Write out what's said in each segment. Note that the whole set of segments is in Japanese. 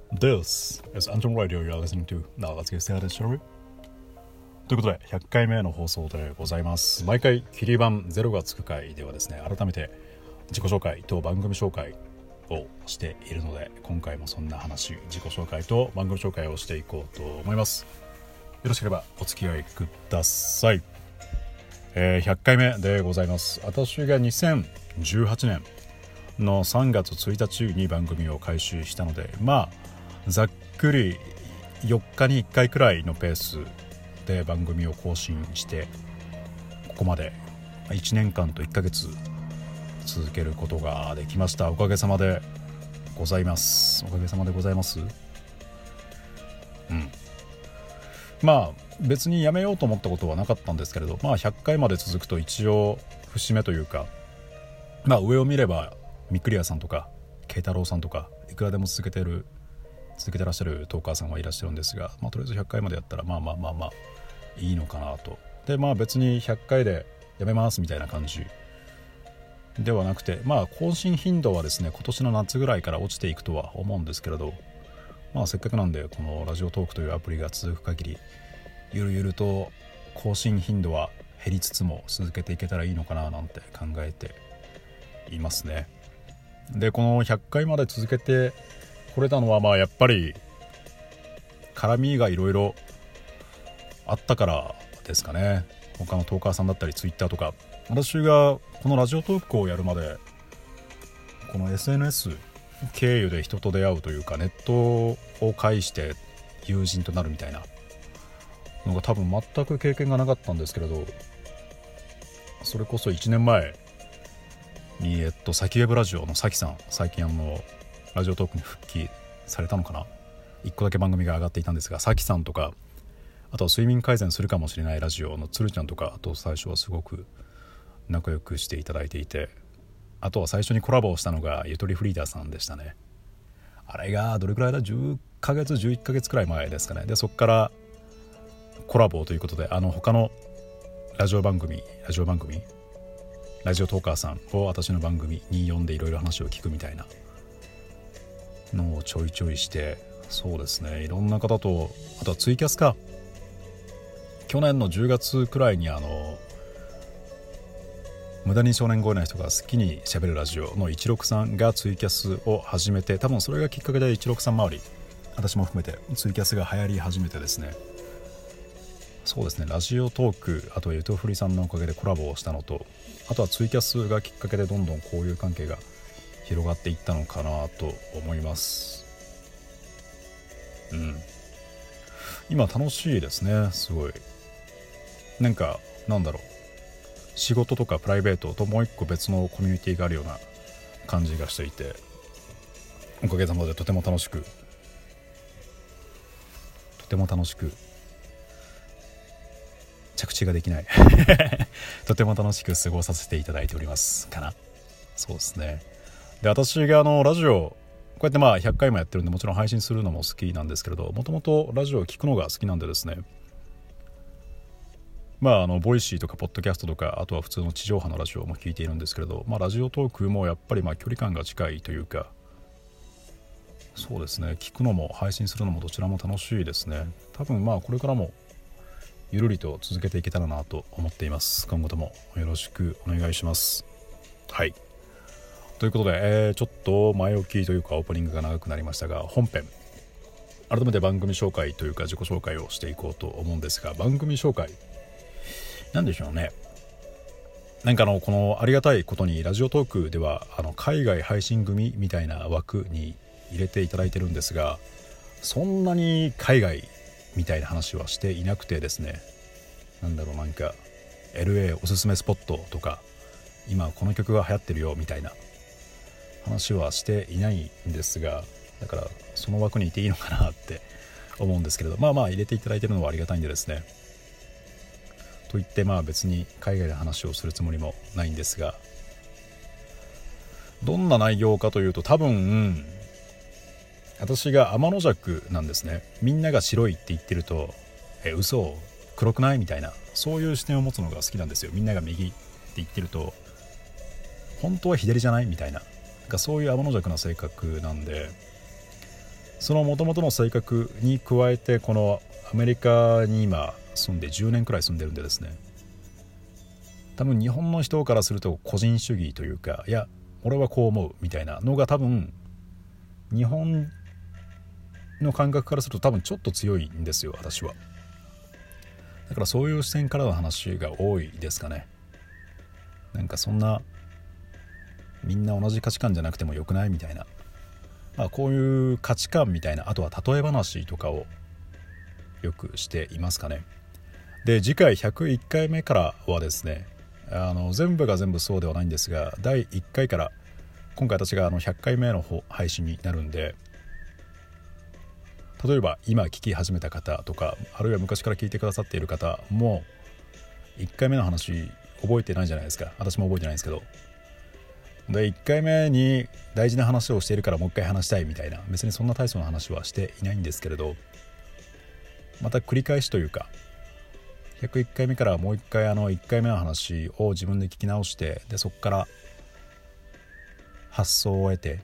This is Anton Radio you're listening to. Now let's get started, shall we? ということで100回目の放送でございます。毎回切り番0がつく回ではですね、改めて自己紹介と番組紹介をしているので、今回もそんな話、自己紹介と番組紹介をしていこうと思います。よろしければお付き合いください。100回目でございます。私が2018年の3月1日に番組を開始したので、ざっくり4日に1回くらいのペースで番組を更新して、ここまで1年間と1ヶ月続けることができました。おかげさまでございます。おかげさまでございます。別にやめようと思ったことはなかったんですけれど、100回まで続くと一応節目というか、上を見ればミクリアさんとか慶太郎さんとかいくらでも続けてらっしゃるトーカーさんはいらっしゃるんですが、とりあえず100回までやったらいいのかなと。で別に100回でやめますみたいな感じではなくて、更新頻度はですね、今年の夏ぐらいから落ちていくとは思うんですけれど、せっかくなんでこのラジオトークというアプリが続く限り、ゆるゆると更新頻度は減りつつも続けていけたらいいのかななんて考えていますね。でこの100回まで続けてこれたのはやっぱり絡みがいろいろあったからですかね。他のトーカーさんだったりツイッターとか、私がこのラジオトークをやるまでこの SNS 経由で人と出会うというか、ネットを介して友人となるみたいなのが多分全く経験がなかったんですけれど、それこそ1年前にサキウェブラジオのサキさん、最近ラジオトークに復帰されたのかな、1個だけ番組が上がっていたんですが、サキさんとか、あとは睡眠改善するかもしれないラジオのつるちゃんとかと最初はすごく仲良くしていただいていて、あとは最初にコラボをしたのがゆとりフリーダーさんでしたね。あれがどれくらいだ、10ヶ月11ヶ月くらい前ですかね。でそっからコラボということで、他のラジオトーカーさんを私の番組に呼んでいろいろ話を聞くみたいなのをちょいちょいして、そうですね、いろんな方と、あとはツイキャスか、去年の10月くらいに無駄に少年超えない人が好きに喋るラジオの16さんがツイキャスを始めて、多分それがきっかけで16さん周り、私も含めてツイキャスが流行り始めてですね、そうですね、ラジオトーク、あとはゆとふりさんのおかげでコラボをしたのと、あとはツイキャスがきっかけでどんどんこういう関係が広がっていったのかなと思います。今楽しいですね。すごい仕事とかプライベートともう一個別のコミュニティがあるような感じがしていて、おかげさまでとても楽しく着地ができないとても楽しく過ごさせていただいておりますかな。そうですね。で私がラジオこうやって100回もやってるんで、もちろん配信するのも好きなんですけれど、もともとラジオを聞くのが好きなんでですね、ボイシーとかポッドキャストとか、あとは普通の地上波のラジオも聞いているんですけれど、ラジオトークもやっぱり距離感が近いというか、そうですね、聞くのも配信するのもどちらも楽しいですね。多分これからもゆるりと続けていけたらなと思っています。今後ともよろしくお願いします。はい、ということで、ちょっと前置きというかオープニングが長くなりましたが、本編改めて番組紹介というか自己紹介をしていこうと思うんですが、番組紹介なんでしょうね。このありがたいことにラジオトークでは海外配信組みたいな枠に入れていただいてるんですが、そんなに海外みたいな話はしていなくてですね、LA おすすめスポットとか、今この曲が流行ってるよみたいな話はしていないんですが、だからその枠にいていいのかなって思うんですけれど、入れていただいてるのはありがたいんでですね、といって別に海外で話をするつもりもないんですが、どんな内容かというと、多分私が天の弱なんですね。みんなが白いって言ってると嘘黒くないみたいな、そういう視点を持つのが好きなんですよ。みんなが右って言ってると本当は左じゃないみたいな、そういう天の弱な性格なんで、 その元々の性格に加えて、このアメリカに今住んで10年くらい住んでるんでですね、多分日本の人からすると個人主義というか、いや俺はこう思うみたいなのが多分日本の感覚からすると多分ちょっと強いんですよ、私は。だからそういう視点からの話が多いですかね。なんかそんなみんな同じ価値観じゃなくてもよくないみたいな、こういう価値観みたいな、あとは例え話とかをよくしていますかね。で次回101回目からはですね、全部が全部そうではないんですが、第1回から今回私が100回目の配信になるんで、例えば今聞き始めた方とか、あるいは昔から聞いてくださっている方も1回目の話覚えてないじゃないですか。私も覚えてないんですけど、で1回目に大事な話をしているからもう一回話したいみたいな、別にそんな大層な話はしていないんですけれど、また繰り返しというか、101回目からもう一回1回目の話を自分で聞き直して、でそこから着想を得て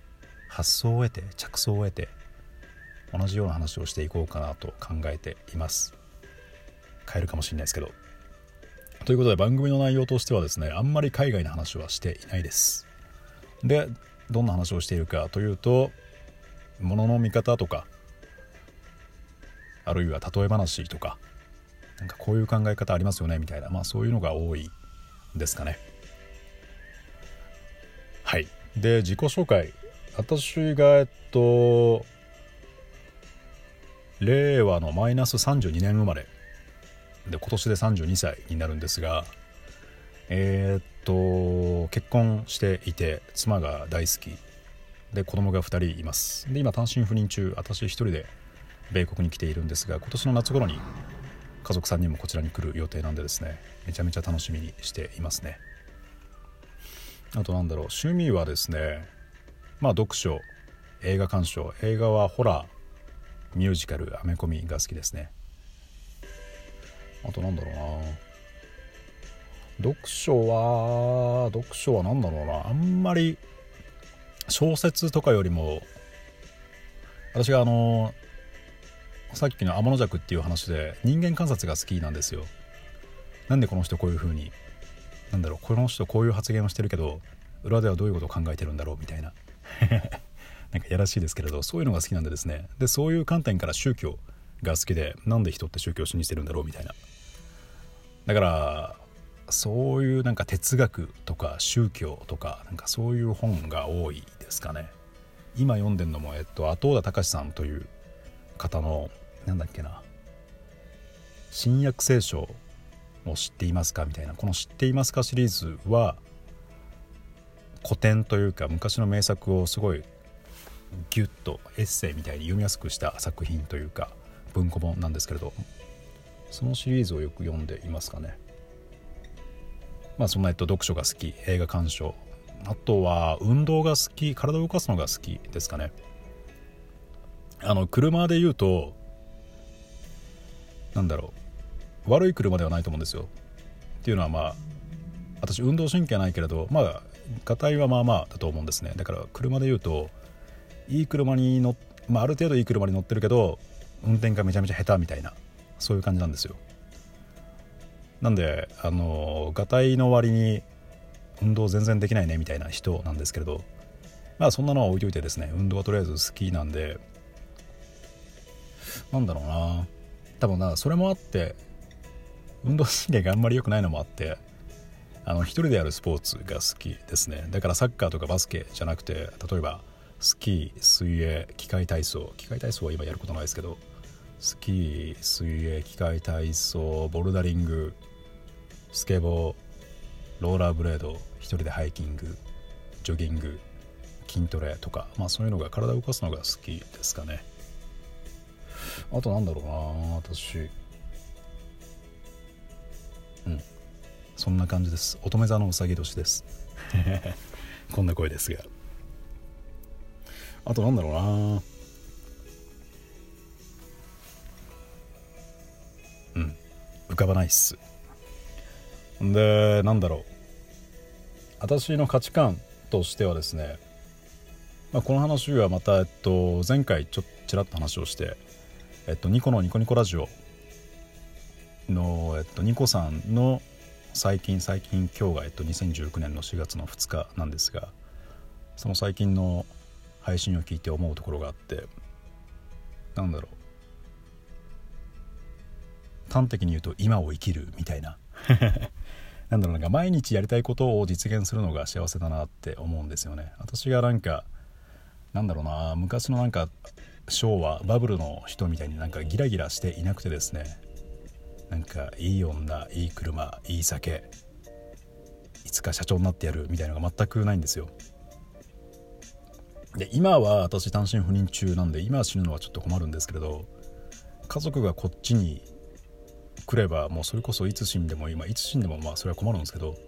着想を得て同じような話をしていこうかなと考えています。変えるかもしれないですけど。ということで番組の内容としてはですね、あんまり海外の話はしていないです。でどんな話をしているかというと、物の見方とか、あるいは例え話とか、なんかこういう考え方ありますよねみたいな、そういうのが多いですかね。はい。で自己紹介、私が令和のマイナス32年生まれで、今年で32歳になるんですが、結婚していて、妻が大好きで、子供が2人います。で今単身赴任中、私一人で米国に来ているんですが、今年の夏頃に家族3人もこちらに来る予定なんでですね、めちゃめちゃ楽しみにしていますね。あと趣味はですね、読書、映画鑑賞、映画はホラー、ミュージカル、アメコミが好きですね。あと読書はあんまり小説とかよりも、私がさっきの天の弱っていう話で人間観察が好きなんですよ。なんでこの人こういう風にこの人こういう発言をしてるけど裏ではどういうことを考えてるんだろうみたいななんかやらしいですけれど、そういうのが好きなんでですね。でそういう観点から宗教が好きで、なんで人って宗教を信じてるんだろうみたいな、だからそういう哲学とか宗教とかそういう本が多いですかね。今読んでるのも後田隆さんという方の新約聖書を知っていますかみたいな、この知っていますかシリーズは古典というか昔の名作をすごいギュッとエッセイみたいに読みやすくした作品というか文庫本なんですけれど、そのシリーズをよく読んでいますかね。そんな読書が好き、映画鑑賞、あとは運動が好き、体を動かすのが好きですかね。車で言うと悪い車ではないと思うんですよ。っていうのは私運動神経ないけれどがたいはだと思うんですね。だから車で言うといい車にある程度いい車に乗ってるけど運転がめちゃめちゃ下手みたいな、そういう感じなんですよ。なんでがたいの割に運動全然できないねみたいな人なんですけれど、そんなのは置いといてですね、運動はとりあえず好きなんで、多分それもあって運動神経があんまり良くないのもあって、一人でやるスポーツが好きですね。だからサッカーとかバスケじゃなくて、例えばスキー、水泳、器械体操は今やることないですけど、スキー、水泳、器械体操、ボルダリング、スケボー、ローラーブレード、一人でハイキング、ジョギング、筋トレとか、そういうのが、体を動かすのが好きですかね。あと私そんな感じです。乙女座のうさぎ年ですこんな声ですが、あと浮かばないっす。で私の価値観としてはですね、 この話はまた、前回ちらっと話をして、ニコのニコニコラジオの、ニコさんの最近今日が、2019年の4月の2日なんですが、その最近の配信を聞いて思うところがあって、なんだろう、端的に言うと今を生きるみたいななんか毎日やりたいことを実現するのが幸せだなって思うんですよね。私が昔の昭和バブルの人みたいにギラギラしていなくてですね、いい女、いい車、いい酒、いつか社長になってやるみたいなのが全くないんですよ。で、今は私単身赴任中なんで、今死ぬのはちょっと困るんですけれど、家族がこっちに来ればもうそれこそいつ死んでもそれは困るんですけど、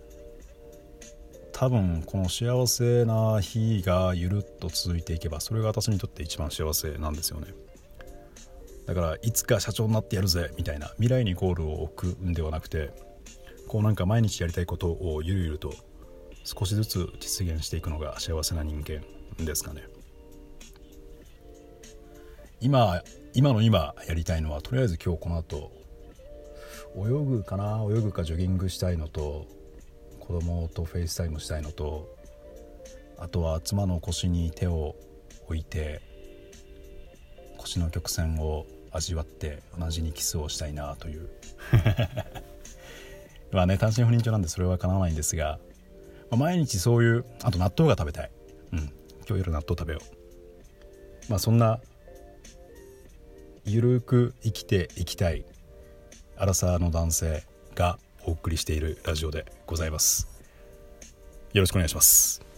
多分この幸せな日がゆるっと続いていけば、それが私にとって一番幸せなんですよね。だからいつか社長になってやるぜみたいな未来にゴールを置くんではなくて、毎日やりたいことをゆるゆると少しずつ実現していくのが幸せな人間ですかね。今やりたいのは、とりあえず今日この後泳ぐかジョギングしたいのと、子供とフェイスタイムしたいのと、あとは妻の腰に手を置いて腰の曲線を味わって同じにキスをしたいなという単身赴任中なんでそれは叶わないんですが、毎日そういう、あと納豆が食べたい、今日夜納豆食べよう、そんなゆるく生きていきたいアラサーの男性がお送りしているラジオでございます。よろしくお願いします。